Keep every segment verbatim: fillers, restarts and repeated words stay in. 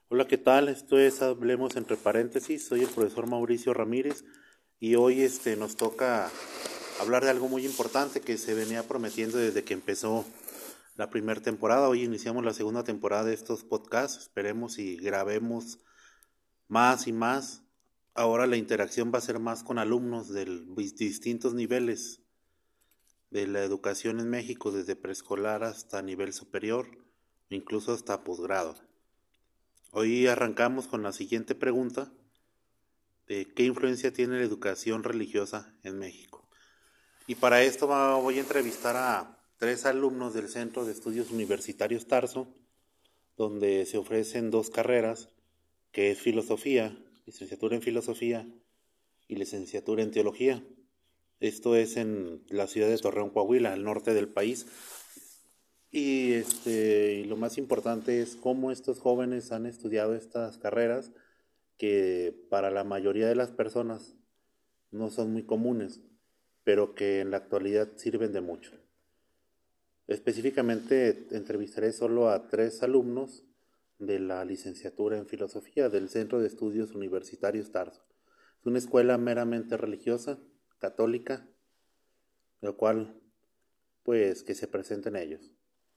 Hola, ¿qué tal? Esto es Hablemos entre paréntesis. Soy el profesor Mauricio Ramírez y hoy este, nos toca hablar de algo muy importante que se venía prometiendo desde que empezó la primera temporada. Hoy iniciamos la segunda temporada de estos podcasts. Esperemos y grabemos más y más. Ahora la interacción va a ser más con alumnos de distintos niveles de la educación en México, desde preescolar hasta nivel superior, incluso hasta posgrado. Hoy arrancamos con la siguiente pregunta de qué influencia tiene la educación religiosa en México. Y para esto va, voy a entrevistar a tres alumnos del Centro de Estudios Universitarios Tarso, donde se ofrecen dos carreras, que es filosofía, licenciatura en filosofía y licenciatura en teología. Esto es en la ciudad de Torreón, Coahuila, al norte del país. Y, este, y lo más importante es cómo estos jóvenes han estudiado estas carreras que para la mayoría de las personas no son muy comunes, pero que en la actualidad sirven de mucho. Específicamente entrevistaré solo a tres alumnos de la licenciatura en filosofía del Centro de Estudios Universitarios Tarso. Es una escuela meramente religiosa, católica, lo cual, pues, que se presenten ellos.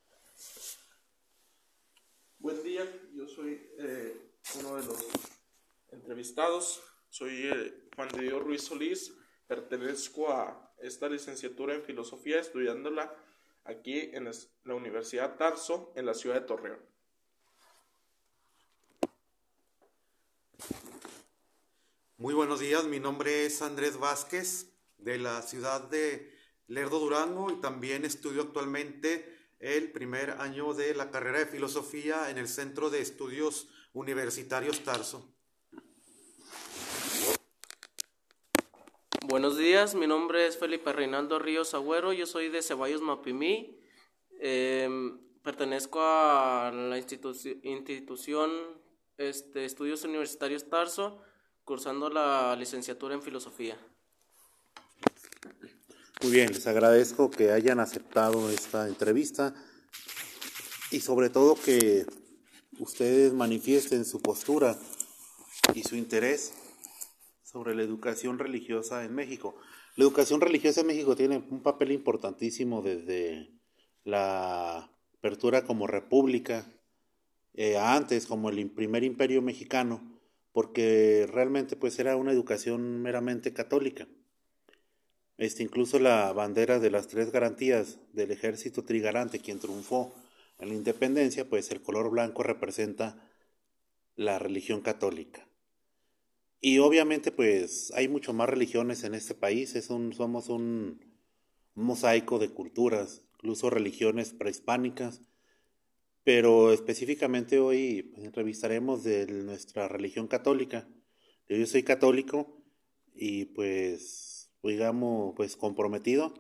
Buen día, yo soy eh, uno de los entrevistados, soy eh, Juan de Dios Ruiz Solís, pertenezco a esta licenciatura en filosofía estudiándola aquí en la Universidad Tarso en la ciudad de Torreón. Muy buenos días, mi nombre es Andrés Vázquez de la ciudad de Lerdo, Durango, y también estudio actualmente el primer año de la carrera de filosofía en el Centro de Estudios Universitarios Tarso. Buenos días, mi nombre es Felipe Reinaldo Ríos Agüero, yo soy de Ceballos Mapimí, eh, pertenezco a la institu institución este, Estudios Universitarios Tarso, cursando la licenciatura en filosofía. Muy bien, les agradezco que hayan aceptado esta entrevista y sobre todo que ustedes manifiesten su postura y su interés sobre la educación religiosa en México. La educación religiosa en México tiene un papel importantísimo desde la apertura como república, eh, antes como el primer imperio mexicano, porque realmente pues era una educación meramente católica. Este, incluso la bandera de las tres garantías del ejército trigarante, quien triunfó en la independencia, pues el color blanco representa la religión católica. Y obviamente pues hay mucho más religiones en este país, es un, somos un, un mosaico de culturas, incluso religiones prehispánicas, pero específicamente hoy pues, entrevistaremos de nuestra religión católica. Yo soy católico y pues, digamos, pues comprometido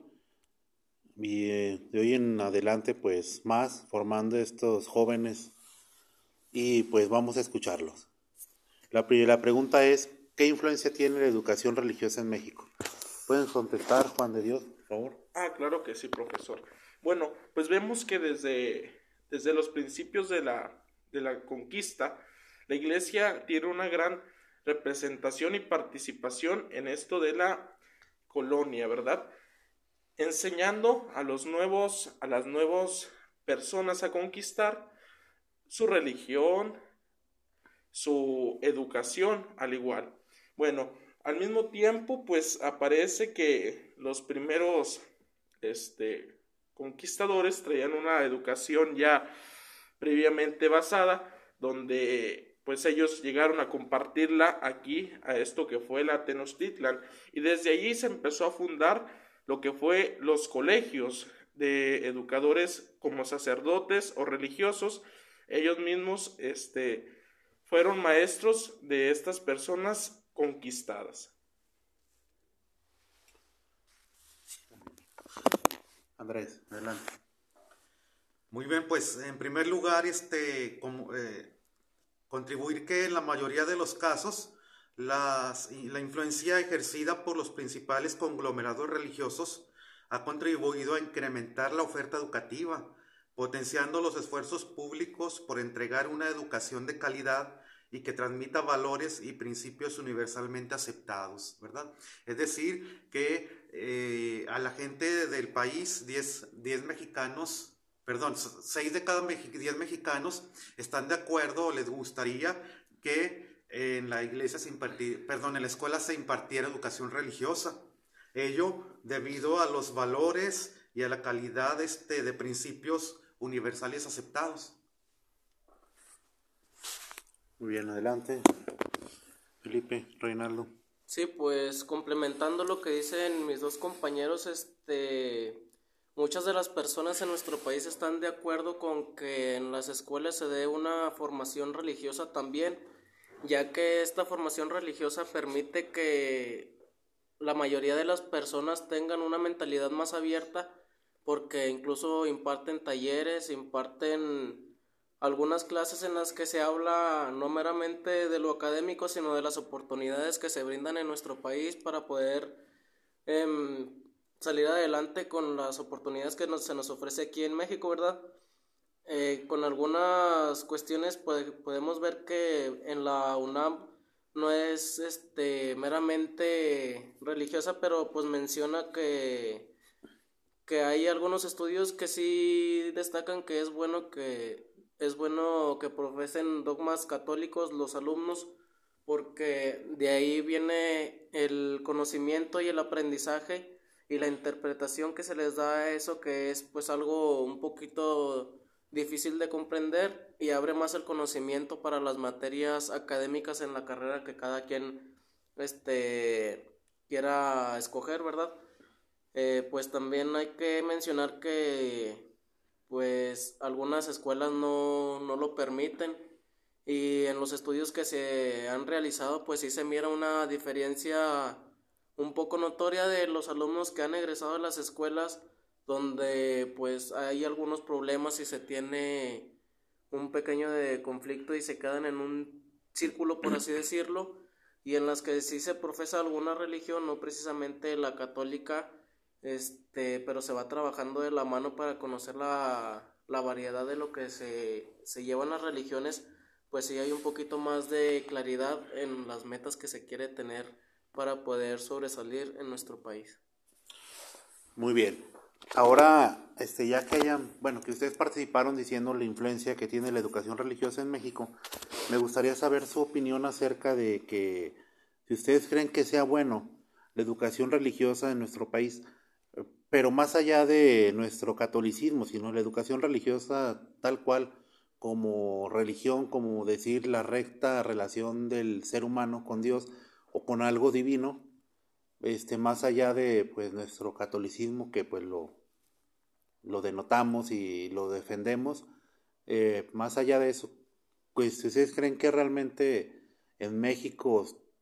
y eh, de hoy en adelante pues más formando estos jóvenes y pues vamos a escucharlos. La primera pregunta es, ¿qué influencia tiene la educación religiosa en México? ¿Pueden contestar, Juan de Dios, por favor? Ah, claro que sí, profesor. Bueno, pues vemos que desde, desde los principios de la, de la conquista, la iglesia tiene una gran representación y participación en esto de la colonia, ¿verdad? Enseñando a los nuevos, a las nuevas personas a conquistar su religión, su educación al igual. Bueno, al mismo tiempo, pues aparece que los primeros este, conquistadores traían una educación ya previamente basada, donde pues ellos llegaron a compartirla aquí, a esto que fue la Tenochtitlan, y desde allí se empezó a fundar lo que fue los colegios de educadores como sacerdotes o religiosos. Ellos mismos este, fueron maestros de estas personas conquistadas. Andrés, adelante. Muy bien, pues en primer lugar, este, como, eh, contribuir que en la mayoría de los casos las, la influencia ejercida por los principales conglomerados religiosos ha contribuido a incrementar la oferta educativa, potenciando los esfuerzos públicos por entregar una educación de calidad y que transmita valores y principios universalmente aceptados, ¿verdad? Es decir, que eh, a la gente del país, diez mexicanos, perdón, seis de cada diez mexicanos están de acuerdo o les gustaría que en la iglesia se impartiera, perdón, en la escuela se impartiera educación religiosa. Ello debido a los valores y a la calidad este, de principios universales aceptados. Muy bien, adelante. Felipe, Reinaldo. Sí, pues complementando lo que dicen mis dos compañeros, este, muchas de las personas en nuestro país están de acuerdo con que en las escuelas se dé una formación religiosa también, ya que esta formación religiosa permite que la mayoría de las personas tengan una mentalidad más abierta, porque incluso imparten talleres, imparten algunas clases en las que se habla no meramente de lo académico, sino de las oportunidades que se brindan en nuestro país para poder eh, salir adelante con las oportunidades que nos, se nos ofrece aquí en México, ¿verdad? Eh, con algunas cuestiones pues, podemos ver que en la UNAM no es este, meramente religiosa, pero pues menciona que, que hay algunos estudios que sí destacan que es bueno que Es bueno que profesen dogmas católicos los alumnos, porque de ahí viene el conocimiento y el aprendizaje y la interpretación que se les da a eso, que es pues algo un poquito difícil de comprender, y abre más el conocimiento para las materias académicas en la carrera que cada quien este, quiera escoger, ¿verdad? Eh, pues también hay que mencionar que pues algunas escuelas no, no lo permiten, y en los estudios que se han realizado pues sí se mira una diferencia un poco notoria de los alumnos que han egresado de las escuelas, donde pues hay algunos problemas y se tiene un pequeño de conflicto y se quedan en un círculo, por así decirlo, y en las que sí se profesa alguna religión, no precisamente la católica, este pero se va trabajando de la mano para conocer la, la variedad de lo que se, se lleva en las religiones, pues sí hay un poquito más de claridad en las metas que se quiere tener para poder sobresalir en nuestro país. Muy bien. Ahora, este, ya que hayan, bueno, que ustedes participaron diciendo la influencia que tiene la educación religiosa en México, me gustaría saber su opinión acerca de que, si ustedes creen que sea bueno la educación religiosa en nuestro país, pero más allá de nuestro catolicismo, sino la educación religiosa tal cual, como religión, como decir la recta relación del ser humano con Dios o con algo divino, este, más allá de pues nuestro catolicismo, que pues lo, lo denotamos y lo defendemos, eh, más allá de eso, pues ¿ustedes creen que realmente en México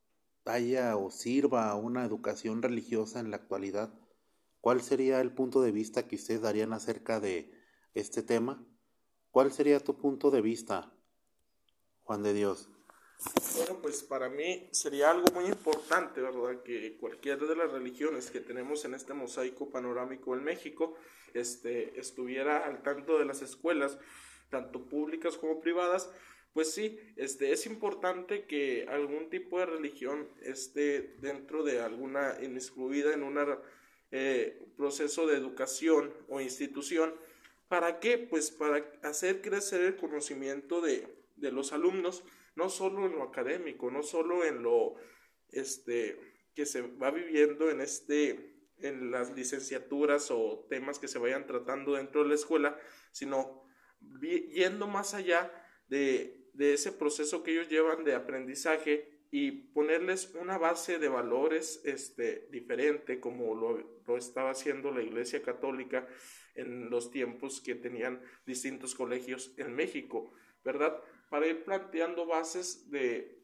haya o sirva una educación religiosa en la actualidad? ¿Cuál sería el punto de vista que ustedes darían acerca de este tema? ¿Cuál sería tu punto de vista, Juan de Dios? Bueno, pues para mí sería algo muy importante, ¿verdad? Que cualquiera de las religiones que tenemos en este mosaico panorámico en México este, estuviera al tanto de las escuelas, tanto públicas como privadas. Pues sí, este, es importante que algún tipo de religión esté dentro de alguna, inmiscuida en un eh, proceso de educación o institución. ¿Para qué? Pues para hacer crecer el conocimiento de, de los alumnos, no solo en lo académico, no solo en lo este, que se va viviendo en, este, en las licenciaturas o temas que se vayan tratando dentro de la escuela, sino vi, yendo más allá de, de ese proceso que ellos llevan de aprendizaje y ponerles una base de valores este, diferente, como lo, lo estaba haciendo la Iglesia Católica en los tiempos que tenían distintos colegios en México, ¿verdad? Para ir planteando bases de,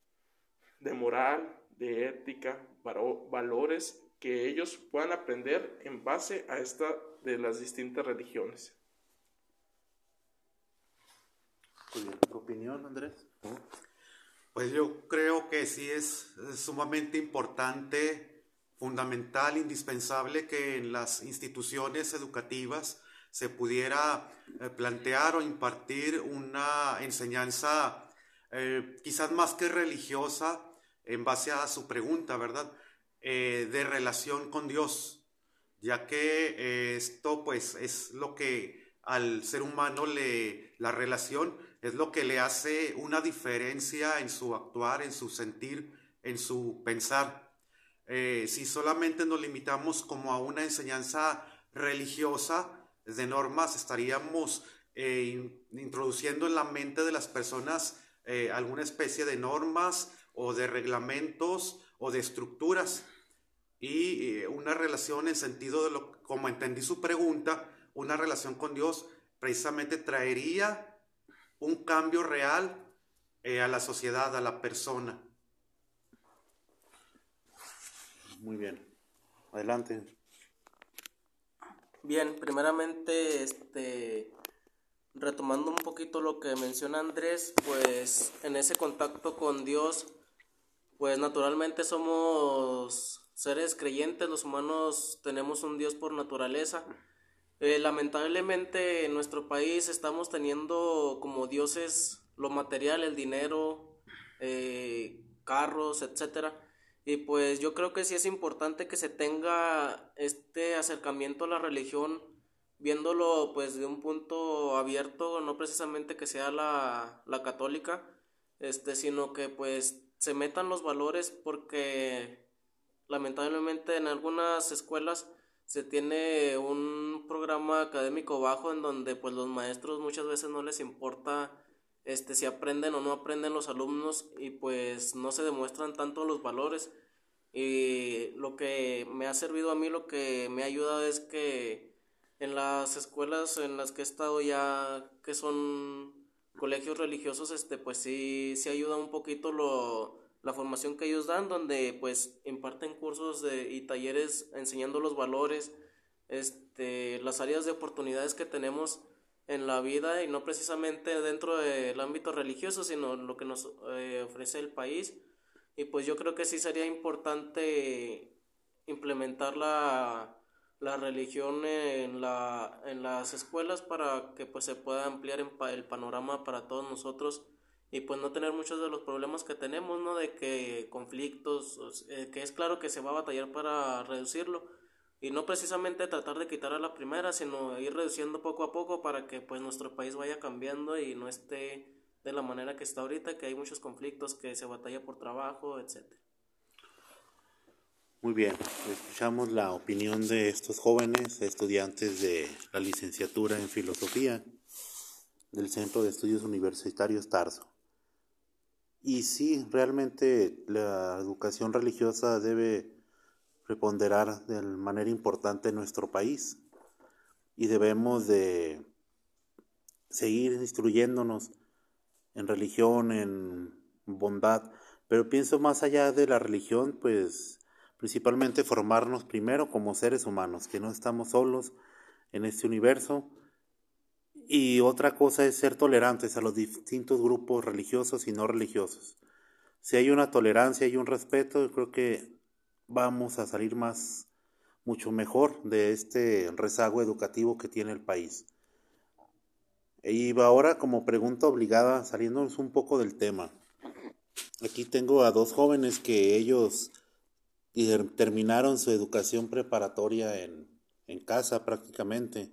de moral, de ética, valores que ellos puedan aprender en base a esta de las distintas religiones. ¿Tu opinión, Andrés? Pues yo creo que sí es, es sumamente importante, fundamental, indispensable que en las instituciones educativas se pudiera eh, plantear o impartir una enseñanza eh, quizás más que religiosa, en base a su pregunta, ¿verdad? Eh, de relación con Dios, ya que eh, esto pues es lo que al ser humano le, la relación es lo que le hace una diferencia en su actuar, en su sentir, en su pensar. Eh, si solamente nos limitamos como a una enseñanza religiosa de normas, estaríamos eh, introduciendo en la mente de las personas eh, alguna especie de normas o de reglamentos o de estructuras, y eh, una relación en sentido de lo, como entendí su pregunta, una relación con Dios precisamente traería un cambio real eh, a la sociedad, a la persona. Muy bien. Adelante. Bien, primeramente, este, retomando un poquito lo que menciona Andrés, pues en ese contacto con Dios, pues naturalmente somos seres creyentes, los humanos tenemos un Dios por naturaleza. Eh, lamentablemente en nuestro país estamos teniendo como dioses lo material, el dinero, eh, carros, etcétera. Y pues yo creo que sí es importante que se tenga este acercamiento a la religión, viéndolo pues de un punto abierto, no precisamente que sea la, la católica, este, sino que pues se metan los valores, porque lamentablemente en algunas escuelas se tiene un programa académico bajo, en donde pues los maestros muchas veces no les importa este si aprenden o no aprenden los alumnos, y pues no se demuestran tanto los valores. Y lo que me ha servido a mí, lo que me ha ayudado es que en las escuelas en las que he estado ya, que son colegios religiosos, este pues sí sí ayuda un poquito lo la formación que ellos dan, donde pues imparten cursos de, y talleres enseñando los valores, este, las áreas de oportunidades que tenemos en la vida, y no precisamente dentro del ámbito religioso, sino lo que nos eh, ofrece el país. Y pues yo creo que sí sería importante implementar la, la religión en, la, en las escuelas, para que pues se pueda ampliar en pa, el panorama para todos nosotros, y pues no tener muchos de los problemas que tenemos, ¿no? De que conflictos, eh, que es claro que se va a batallar para reducirlo, y no precisamente tratar de quitar a la primera, sino ir reduciendo poco a poco, para que pues nuestro país vaya cambiando y no esté de la manera que está ahorita, que hay muchos conflictos, que se batalla por trabajo, etcétera. Muy bien, escuchamos la opinión de estos jóvenes estudiantes de la licenciatura en Filosofía del Centro de Estudios Universitarios Tarso. Y sí, realmente la educación religiosa debe preponderar de manera importante en nuestro país, y debemos de seguir instruyéndonos en religión, en bondad, pero pienso más allá de la religión, pues principalmente formarnos primero como seres humanos, que no estamos solos en este universo. Y otra cosa es ser tolerantes a los distintos grupos religiosos y no religiosos. Si hay una tolerancia y un respeto, yo creo que vamos a salir más, mucho mejor de este rezago educativo que tiene el país. Y ahora, como pregunta obligada, saliéndonos un poco del tema, aquí tengo a dos jóvenes que ellos terminaron su educación preparatoria en, en casa prácticamente.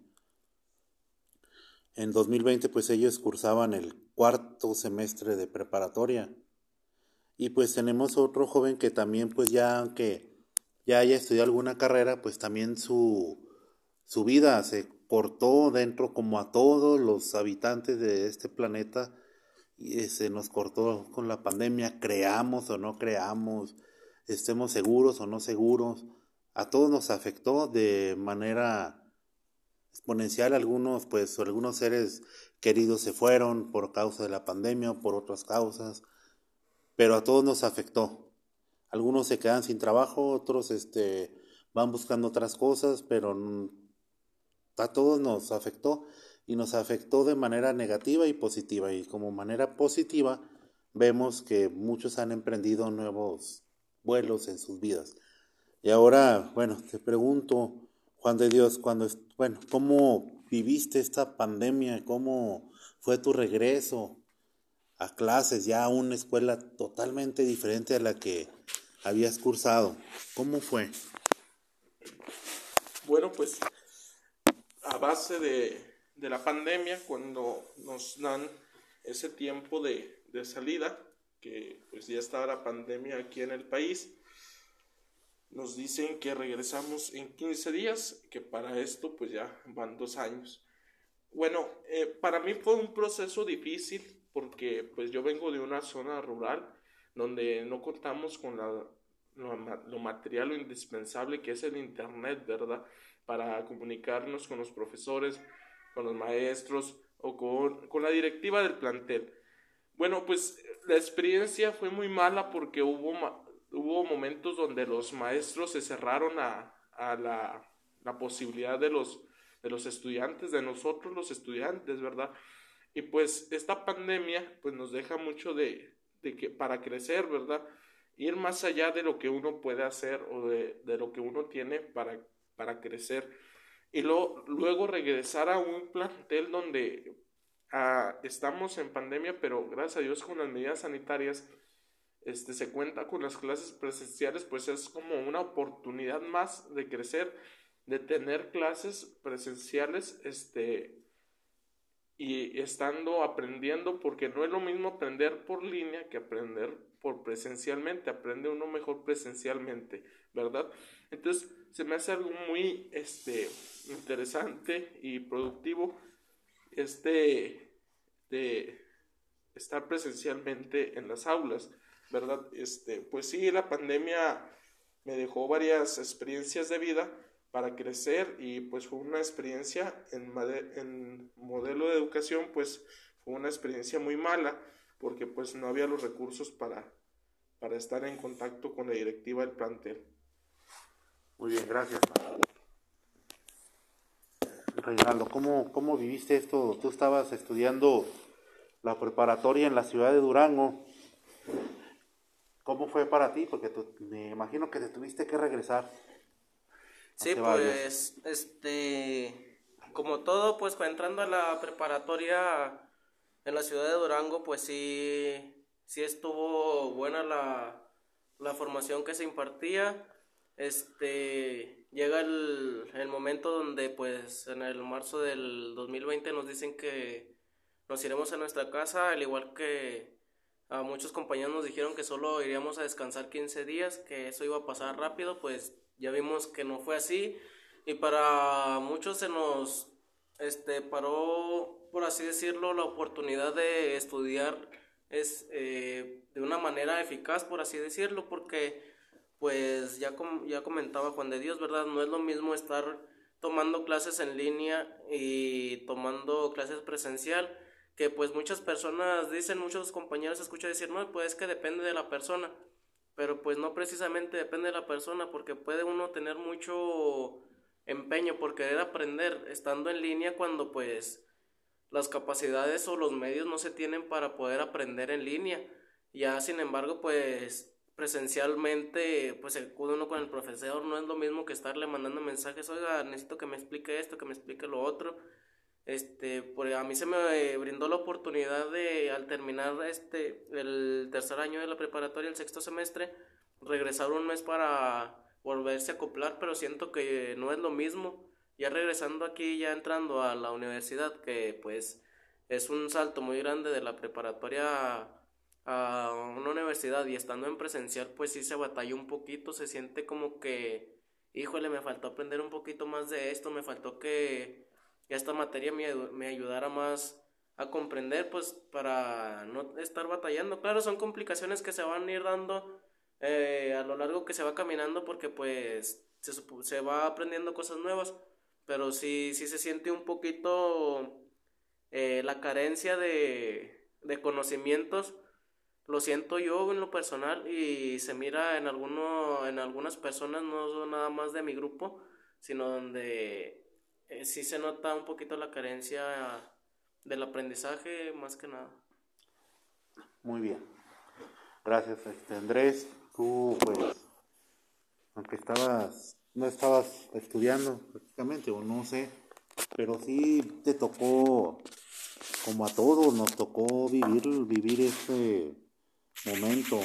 En dos mil veinte pues ellos cursaban el cuarto semestre de preparatoria. Y pues tenemos otro joven que también pues ya, aunque ya haya estudiado alguna carrera, pues también su, su vida se cortó dentro, como a todos los habitantes de este planeta, y se nos cortó con la pandemia, creamos o no creamos, estemos seguros o no seguros, a todos nos afectó de manera exponencial. Algunos pues algunos seres queridos se fueron por causa de la pandemia o por otras causas, pero a todos nos afectó. Algunos se quedan sin trabajo, otros este van buscando otras cosas, pero a todos nos afectó, y nos afectó de manera negativa y positiva. Y como manera positiva vemos que muchos han emprendido nuevos vuelos en sus vidas. Y ahora, bueno, te pregunto, Juan de Dios, cuando, bueno, ¿cómo viviste esta pandemia? ¿Cómo fue tu regreso a clases, ya a una escuela totalmente diferente a la que habías cursado? ¿Cómo fue? Bueno, pues a base de, de la pandemia, cuando nos dan ese tiempo de, de salida, que pues ya estaba la pandemia aquí en el país, nos dicen que regresamos en quince días, que para esto pues ya van dos años. Bueno, eh, para mí fue un proceso difícil porque pues yo vengo de una zona rural donde no contamos con la, lo, lo material o indispensable que es el internet, ¿verdad? Para comunicarnos con los profesores, con los maestros o con, con la directiva del plantel. Bueno, pues la experiencia fue muy mala porque hubo, hubo momentos donde los maestros se cerraron a, a la, la posibilidad de los, de los estudiantes, de nosotros los estudiantes, ¿verdad? Y pues esta pandemia pues nos deja mucho de, de que para crecer, ¿verdad? Ir más allá de lo que uno puede hacer o de, de lo que uno tiene para, para crecer. Y lo, luego regresar a un plantel donde uh, estamos en pandemia, pero gracias a Dios con las medidas sanitarias este, se cuenta con las clases presenciales, pues es como una oportunidad más de crecer, de tener clases presenciales, este, y estando aprendiendo, porque no es lo mismo aprender por línea que aprender por presencialmente. Aprende uno mejor presencialmente, ¿verdad? Entonces se me hace algo muy este, interesante y productivo este de estar presencialmente en las aulas, ¿verdad? Este, pues sí, la pandemia me dejó varias experiencias de vida para crecer y pues fue una experiencia en, en modelo de educación, pues fue una experiencia muy mala porque pues no había los recursos para, para estar en contacto con la directiva del plantel. Muy bien, gracias. Reinaldo, ¿cómo, cómo viviste esto? Tú estabas estudiando la preparatoria en la ciudad de Durango. ¿Cómo fue para ti? Porque tú, me imagino que te tuviste que regresar. Sí, pues, este, como todo, pues entrando a la preparatoria en la ciudad de Durango, pues sí, sí estuvo buena la, la formación que se impartía. Este, llega el, el momento donde, pues, en el marzo del dos mil veinte nos dicen que nos iremos a nuestra casa, al igual que a muchos compañeros nos dijeron que solo iríamos a descansar quince días, que eso iba a pasar rápido. Pues ya vimos que no fue así y para muchos se nos este, paró, por así decirlo, la oportunidad de estudiar es, eh, de una manera eficaz, por así decirlo, porque pues ya, com- ya comentaba Juan de Dios, ¿verdad? No es lo mismo estar tomando clases en línea y tomando clases presencial, que pues muchas personas dicen, muchos compañeros escucho decir, no, pues es que depende de la persona. Pero pues no precisamente depende de la persona, porque puede uno tener mucho empeño por querer aprender estando en línea cuando pues las capacidades o los medios no se tienen para poder aprender en línea. Ya sin embargo pues presencialmente pues acude uno con el profesor, no es lo mismo que estarle mandando mensajes, oiga, necesito que me explique esto, que me explique lo otro. Este, pues a mí se me brindó la oportunidad de, al terminar este, el tercer año de la preparatoria, el sexto semestre, regresar un mes para volverse a acoplar, pero siento que no es lo mismo. Ya regresando aquí, ya entrando a la universidad, que pues es un salto muy grande de la preparatoria a, a una universidad, y estando en presencial, pues sí se batalla un poquito, se siente como que, híjole, me faltó aprender un poquito más de esto, me faltó que esta materia me, me ayudara más a comprender, pues para no estar batallando. Claro, son complicaciones que se van a ir dando eh, a lo largo que se va caminando, porque pues se, se va aprendiendo cosas nuevas, pero sí, sí se siente un poquito eh, la carencia de, de conocimientos. Lo siento yo en lo personal y se mira en, alguno, en algunas personas, no nada más de mi grupo, sino donde eh, sí se nota un poquito la carencia del aprendizaje más que nada. Muy bien. Gracias, este, Andrés. Tú, pues, aunque estabas, no estabas estudiando prácticamente, o no sé, pero sí te tocó, como a todos, nos tocó vivir, vivir este momento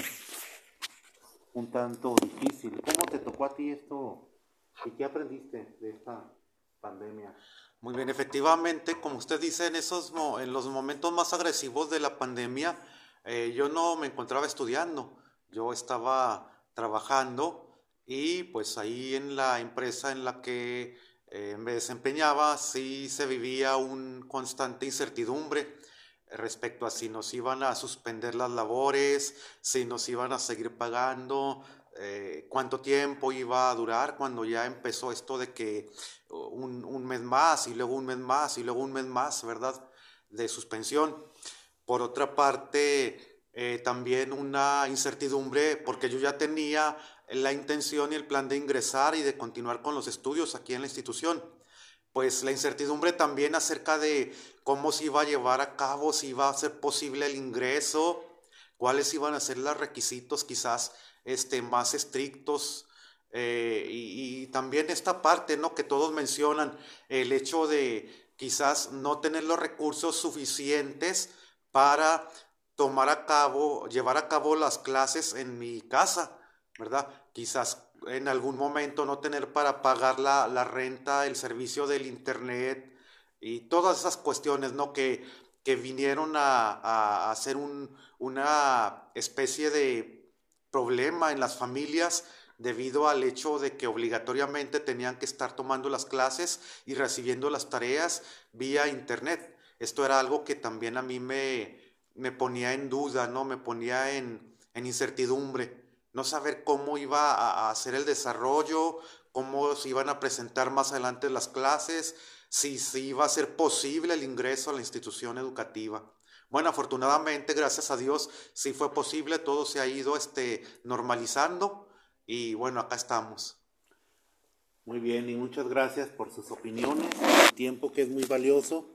un tanto difícil. ¿Cómo te tocó a ti esto y qué aprendiste de esta pandemia? Muy bien, efectivamente, como usted dice, en esos mo- en los momentos más agresivos de la pandemia, eh, yo no me encontraba estudiando, yo estaba trabajando y pues ahí en la empresa en la que eh, me desempeñaba sí se vivía un constante incertidumbre respecto a si nos iban a suspender las labores, si nos iban a seguir pagando, eh, cuánto tiempo iba a durar cuando ya empezó esto de que un, un mes más y luego un mes más y luego un mes más, ¿verdad? De suspensión. Por otra parte, eh, también una incertidumbre porque yo ya tenía la intención y el plan de ingresar y de continuar con los estudios aquí en la institución. Pues la incertidumbre también acerca de cómo se iba a llevar a cabo, si iba a ser posible el ingreso, cuáles iban a ser los requisitos quizás este, más estrictos. Eh, y, y también esta parte, ¿no? Que todos mencionan, el hecho de quizás no tener los recursos suficientes para tomar a cabo, llevar a cabo las clases en mi casa, ¿verdad? Quizás en algún momento no tener para pagar la, la renta, el servicio del internet y todas esas cuestiones, ¿no? Que, que vinieron a, a hacer un, una especie de problema en las familias debido al hecho de que obligatoriamente tenían que estar tomando las clases y recibiendo las tareas vía internet. Esto era algo que también a mí me, me ponía en duda, ¿no? Me ponía en, en incertidumbre, no saber cómo iba a, a hacer el desarrollo, cómo se iban a presentar más adelante las clases, si, si iba a ser posible el ingreso a la institución educativa. Bueno, afortunadamente, gracias a Dios, sí fue posible, todo se ha ido este, normalizando y bueno, acá estamos. Muy bien, y muchas gracias por sus opiniones, su tiempo que es muy valioso.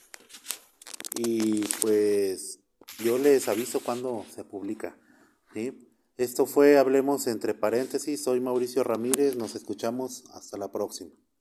Y pues yo les aviso cuando se publica, ¿sí? Esto fue Hablemos entre paréntesis, soy Mauricio Ramírez, nos escuchamos hasta la próxima.